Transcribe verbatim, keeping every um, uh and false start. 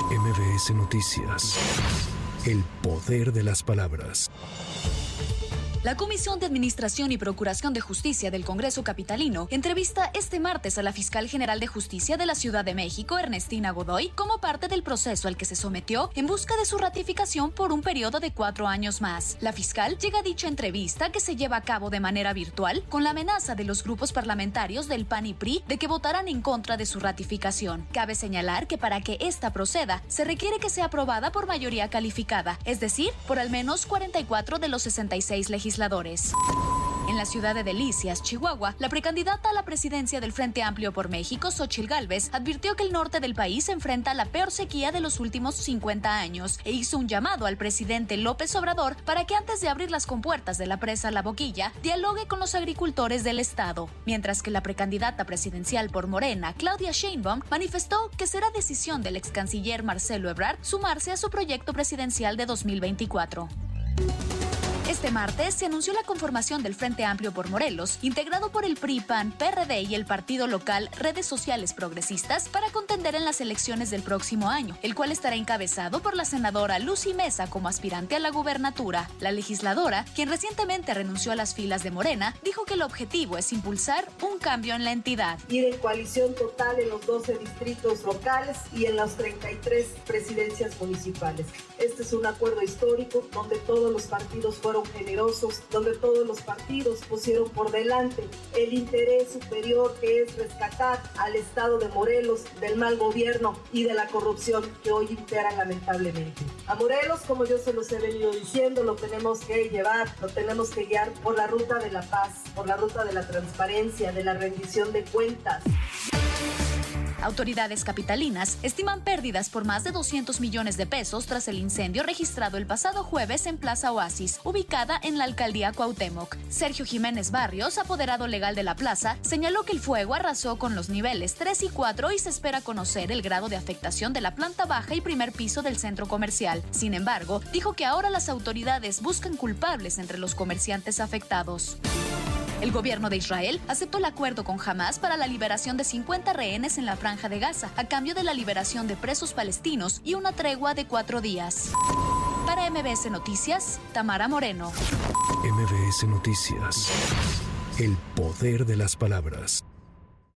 M V S Noticias. El poder de las palabras. La Comisión de Administración y Procuración de Justicia del Congreso Capitalino entrevista este martes a la Fiscal General de Justicia de la Ciudad de México, Ernestina Godoy, como parte del proceso al que se sometió en busca de su ratificación por un periodo de cuatro años más. La fiscal llega a dicha entrevista, que se lleva a cabo de manera virtual, con la amenaza de los grupos parlamentarios del P A N y P R I de que votarán en contra de su ratificación. Cabe señalar que para que esta proceda, se requiere que sea aprobada por mayoría calificada, es decir, por al menos cuarenta y cuatro de los sesenta y seis legisladores. En la ciudad de Delicias, Chihuahua, la precandidata a la presidencia del Frente Amplio por México, Xóchitl Gálvez, advirtió que el norte del país enfrenta la peor sequía de los últimos cincuenta años e hizo un llamado al presidente López Obrador para que antes de abrir las compuertas de la presa La Boquilla, dialogue con los agricultores del estado. Mientras que la precandidata presidencial por Morena, Claudia Sheinbaum, manifestó que será decisión del ex canciller Marcelo Ebrard sumarse a su proyecto presidencial de dos mil veinticuatro. Este martes se anunció la conformación del Frente Amplio por Morelos, integrado por el P R I, P A N, P R D y el partido local Redes Sociales Progresistas, para contender en las elecciones del próximo año, el cual estará encabezado por la senadora Lucy Mesa como aspirante a la gubernatura. La legisladora, quien recientemente renunció a las filas de Morena, dijo que el objetivo es impulsar un cambio en la entidad. Ir en coalición total en los doce distritos locales y en las treinta y tres presidencias municipales. Este es un acuerdo histórico donde todos los partidos fueron generosos, donde todos los partidos pusieron por delante el interés superior, que es rescatar al estado de Morelos del mal gobierno y de la corrupción que hoy impera lamentablemente. A Morelos, como yo se los he venido diciendo, lo tenemos que llevar, lo tenemos que guiar por la ruta de la paz, por la ruta de la transparencia, de la rendición de cuentas. Autoridades capitalinas estiman pérdidas por más de doscientos millones de pesos tras el incendio registrado el pasado jueves en Plaza Oasis, ubicada en la alcaldía Cuauhtémoc. Sergio Jiménez Barrios, apoderado legal de la plaza, señaló que el fuego arrasó con los niveles tres y cuatro y se espera conocer el grado de afectación de la planta baja y primer piso del centro comercial. Sin embargo, dijo que ahora las autoridades buscan culpables entre los comerciantes afectados. El gobierno de Israel aceptó el acuerdo con Hamás para la liberación de cincuenta rehenes en la Franja de Gaza, a cambio de la liberación de presos palestinos y una tregua de cuatro días. Para M V S Noticias, Tamara Moreno. M V S Noticias. El poder de las palabras.